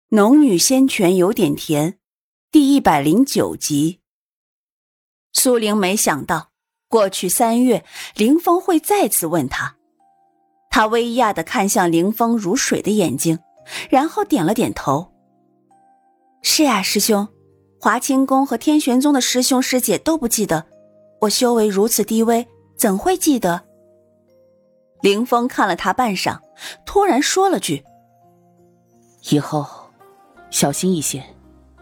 农女仙泉有点甜第109集。苏玲没想到过去3月凌风会再次问她，她微讶地看向凌风如水的眼睛，然后点了点头。是呀，师兄，华清宫和天玄宗的师兄师姐都不记得，我修为如此低微，怎会记得？凌风看了他半晌，突然说了句： 以后小心一些。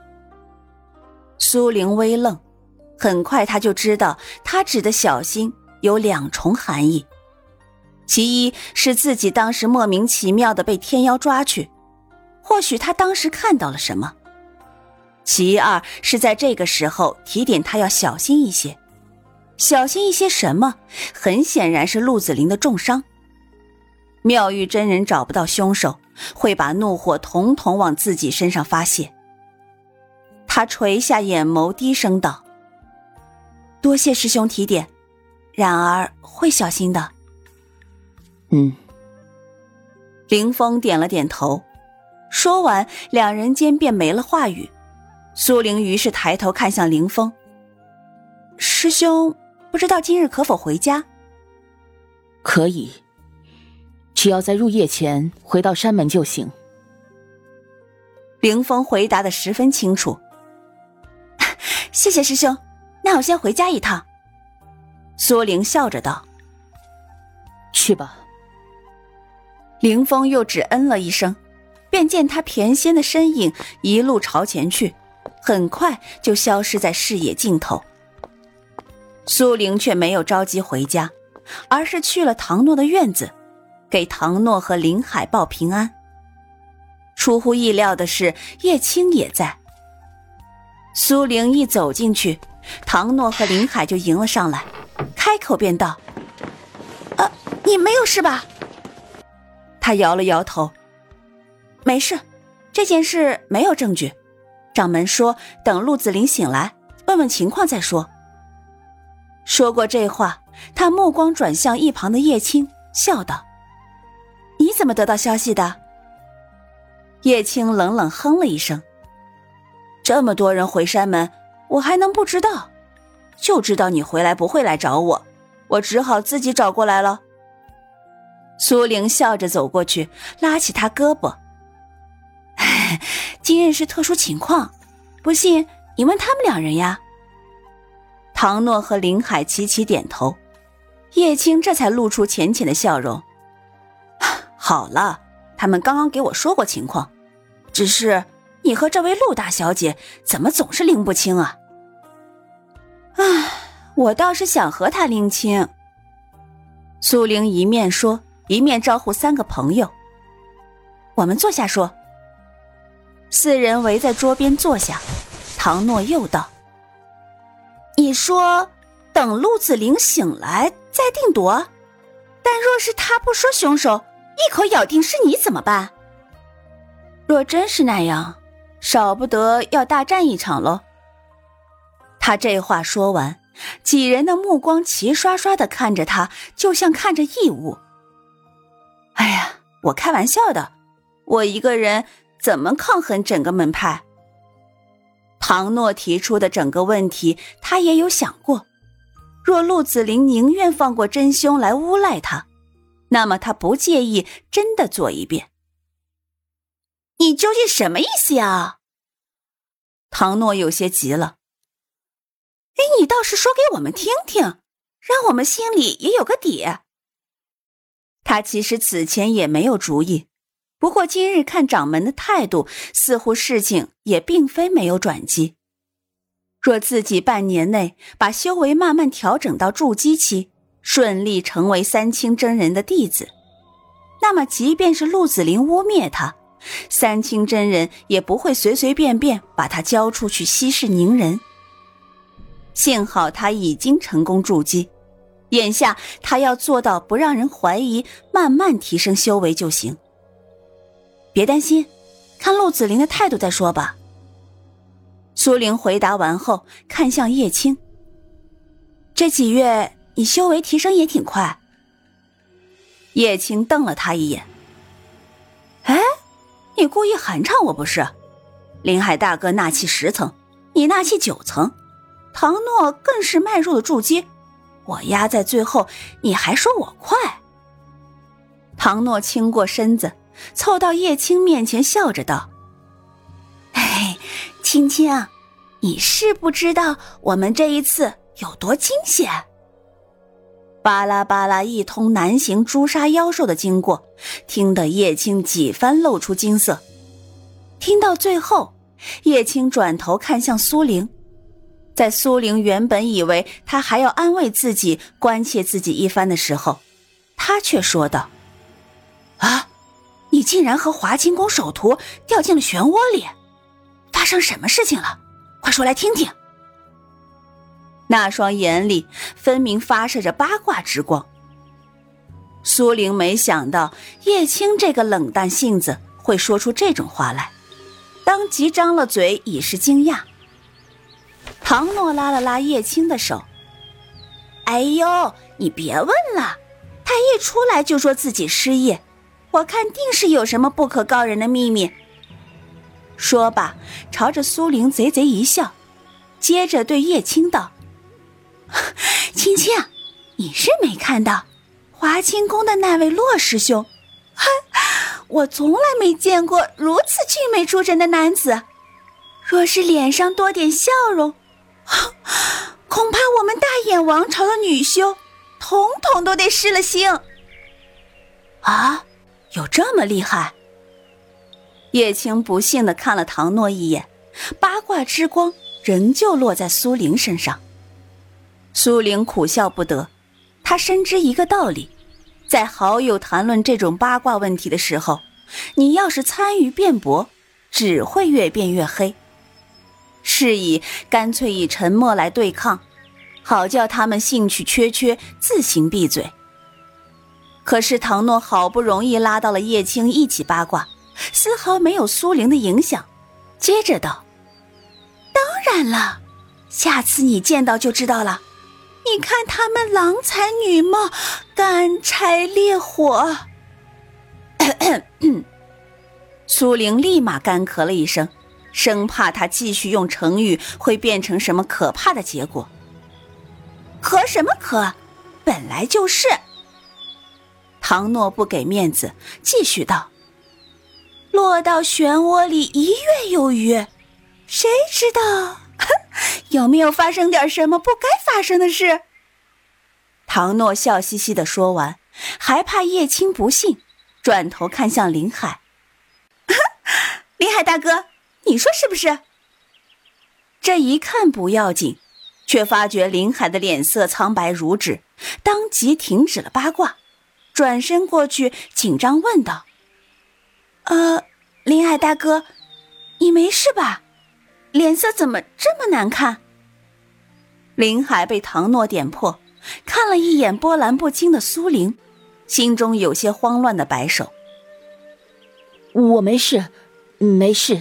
苏玲微愣，很快他就知道他指的小心有2重含义。其一是自己当时莫名其妙地被天妖抓去，或许他当时看到了什么。其二是在这个时候提点他要小心一些。小心一些什么？很显然是陆子霖的重伤。妙玉真人找不到凶手，会把怒火统统往自己身上发泄。他垂下眼眸，低声道：多谢师兄提点，然而会小心的。凌风点了点头，说完2人间便没了话语。苏玲于是抬头看向凌风：师兄不知道今日可否回家？ 可以，只要在入夜前回到山门就行。 凌风回答得十分清楚。谢谢师兄，那我先回家一趟。苏玲笑着道。 去吧。 凌风又只嗯了一声，便见他翩跹的身影一路朝前去，很快就消失在视野尽头。苏玲却没有着急回家，而是去了唐诺的院子，给唐诺和林海报平安。出乎意料的是，叶青也在。苏玲一走进去，唐诺和林海就迎了上来，开口便道：你没有事吧？他摇了摇头：没事，这件事没有证据，掌门说等陆子霖醒来问问情况再说。说过这话，他目光转向一旁的叶青，笑道：你怎么得到消息的？叶青冷冷哼了一声：这么多人回山门，我还能不知道？就知道你回来不会来找我，我只好自己找过来了。苏玲笑着走过去，拉起他胳膊：今日是特殊情况，不信你问他们2人呀。唐诺和林海齐齐点头，叶青这才露出浅浅的笑容：好了，他们刚刚给我说过情况，只是你和这位陆大小姐怎么总是拎不清啊？我倒是想和她拎清。苏玲一面说，一面招呼3个朋友：我们坐下说。4人围在桌边坐下，唐诺又道：你说等陆子霖醒来再定夺，但若是他不说凶手，一口咬定是你怎么办？若真是那样，少不得要大战一场咯。他这话说完，几人的目光齐刷刷地看着他，就像看着异物。哎呀，我开玩笑的，我一个人怎么抗衡整个门派？唐诺提出的整个问题他也有想过，若陆子霖宁愿放过真凶来诬赖他，那么他不介意真的做一遍。你究竟什么意思呀？唐诺有些急了。你倒是说给我们听听，让我们心里也有个底。他其实此前也没有主意，不过今日看掌门的态度，似乎事情也并非没有转机。若自己半年内把修为慢慢调整到筑基期，顺利成为三清真人的弟子，那么即便是陆子霖污蔑他，三清真人也不会随随便便把他交出去息事宁人。幸好他已经成功筑基，眼下他要做到不让人怀疑，慢慢提升修为就行。别担心，看陆子霖的态度再说吧。苏玲回答完后，看向叶青：这几月你修为提升也挺快。叶青瞪了他一眼：你故意寒碜我不是？ 林海大哥纳气10层，你纳气9层，唐诺更是迈入了筑基，我压在最后，你还说我快。唐诺倾过身子，凑到叶青面前笑着道：哎，青青啊，你是不知道我们这一次有多惊险。巴拉巴拉一通难行诛杀妖兽的经过，听得叶青几番露出惊色。听到最后，叶青转头看向苏玲，在苏玲原本以为他还要安慰自己关切自己一番的时候，他却说道：啊，你竟然和华清宫首徒掉进了漩涡里，发生什么事情了？快说来听听。那双眼里分明发射着八卦之光。苏玲没想到叶青这个冷淡性子会说出这种话来，当即张了嘴以示惊讶。唐诺拉了拉叶青的手：哎呦，你别问了，他一出来就说自己失忆，我看定是有什么不可告人的秘密。说罢朝着苏玲贼贼一笑，接着对叶青道：青青，你是没看到华清宫的那位洛师兄，我从来没见过如此俊美出尘的男子，若是脸上多点笑容，恐怕我们大眼王朝的女修统统都得失了心。啊，有这么厉害？叶青不幸地看了唐诺一眼，八卦之光仍旧落在苏玲身上。苏玲苦笑不得，她深知一个道理，在好友谈论这种八卦问题的时候，你要是参与辩驳，只会越辩越黑。是以干脆以沉默来对抗，好叫他们兴趣缺缺，自行闭嘴。可是唐诺好不容易拉到了叶青一起八卦，丝毫没有苏玲的影响，接着道：当然了，下次你见到就知道了，你看他们郎才女貌，干柴烈火。苏玲立马干咳了一声，生怕他继续用成语会变成什么可怕的结果。咳什么咳，本来就是。唐诺不给面子，继续道：落到漩涡里1月有余，谁知道有没有发生点什么不该发生的事。唐诺笑嘻嘻地说完，还怕叶青不信，转头看向林海：林海大哥，你说是不是？这一看不要紧，却发觉林海的脸色苍白如纸，当即停止了八卦，转身过去紧张问道：林海大哥，你没事吧？脸色怎么这么难看？林海被唐诺点破，看了一眼波澜不惊的苏玲，心中有些慌乱的摆手： 我没事，没事。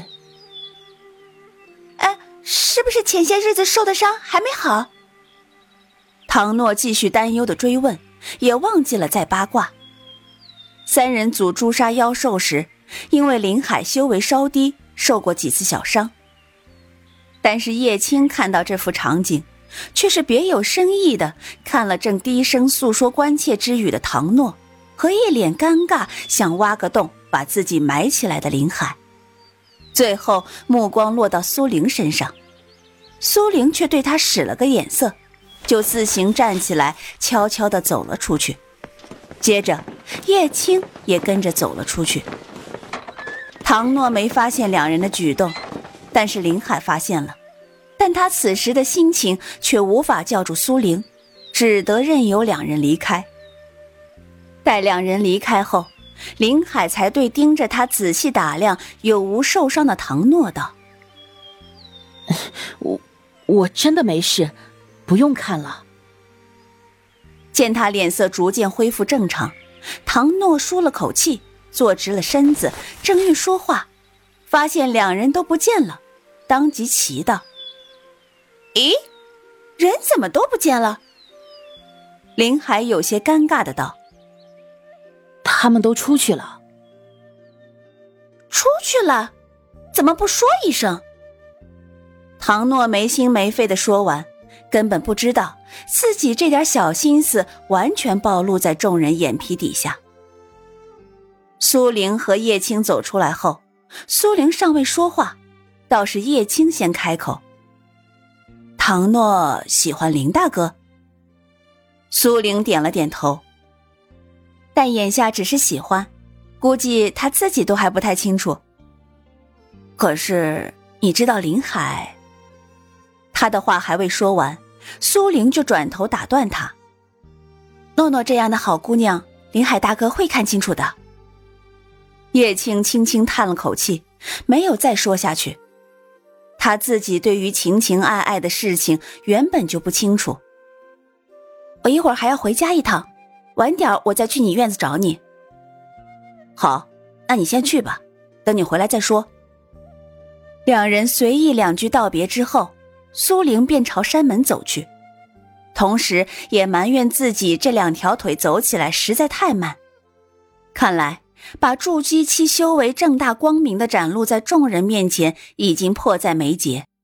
是不是前些日子受的伤还没好？唐诺继续担忧的追问，也忘记了在八卦。三人组诛杀妖兽时，因为林海修为稍低，受过几次小伤。但是叶青看到这幅场景，却是别有深意的看了正低声诉说关切之语的唐诺，和一脸尴尬想挖个洞把自己埋起来的林海。最后目光落到苏玲身上，苏玲却对他使了个眼色，就自行站起来，悄悄地走了出去。接着叶青也跟着走了出去。唐诺没发现两人的举动，但是林海发现了，但他此时的心情却无法叫住苏玲，只得任由两人离开。待两人离开后，林海才对盯着他仔细打量有无受伤的唐诺道： 我真的没事，不用看了。 见他脸色逐渐恢复正常，唐诺舒了口气，坐直了身子，正欲说话，发现两人都不见了，当即奇道：咦，人怎么都不见了？林海有些尴尬的道： 他们都出去了。 出去了？ 怎么不说一声？唐诺没心没肺地说完，根本不知道自己这点小心思完全暴露在众人眼皮底下。苏玲和叶青走出来后，苏玲尚未说话，倒是叶青先开口。唐诺喜欢林大哥？苏玲点了点头。但眼下只是喜欢，估计他自己都还不太清楚。可是你知道林海？他的话还未说完，苏玲就转头打断他。诺诺这样的好姑娘，林海大哥会看清楚的。叶青轻轻叹了口气，没有再说下去。他自己对于情情爱爱的事情原本就不清楚。我一会儿还要回家一趟，晚点我再去你院子找你。好，那你先去吧，等你回来再说。两人随意两句道别之后，苏玲便朝山门走去，同时也埋怨自己这2条腿走起来实在太慢。看来把筑基期修为正大光明地展露在众人面前已经迫在眉睫。